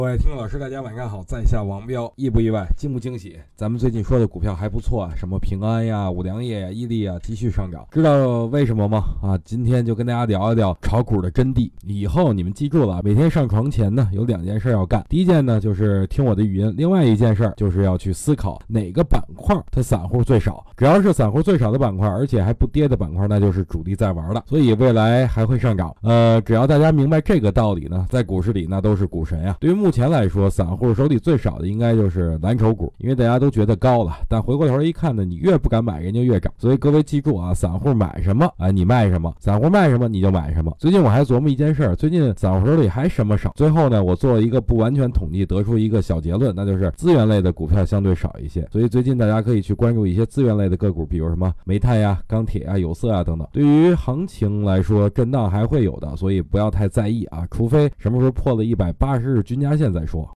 各位听众老师大家晚上好，在下王彪。意不意外，惊不惊喜？咱们最近说的股票还不错啊，什么平安呀、五粮液呀、伊利啊继续上涨，知道为什么吗？今天就跟大家聊一聊炒股的真谛。以后你们记住了，每天上床前呢有2件事要干。第一件呢就是听我的语音，另外一件事就是要去思考哪个板块它散户最少。只要是散户最少的板块，而且还不跌的板块，那就是主力在玩的，所以未来还会上涨。只要大家明白这个道理呢，在股市里那都是股神呀。对于目前来说，散户手里最少的应该就是蓝筹股，因为大家都觉得高了，但回过头一看呢，你越不敢买，人就越涨。所以各位记住啊，散户买什么你卖什么，散户卖什么你就买什么。最近我还琢磨一件事，最近散户手里还什么少？最后呢，我做了一个不完全统计，得出一个小结论，那就是资源类的股票相对少一些。所以最近大家可以去关注一些资源类的个股，比如什么煤炭呀、钢铁啊、有色啊等等。对于行情来说，震荡还会有的，所以不要太在意啊，除非什么时候破了180日均价线再说。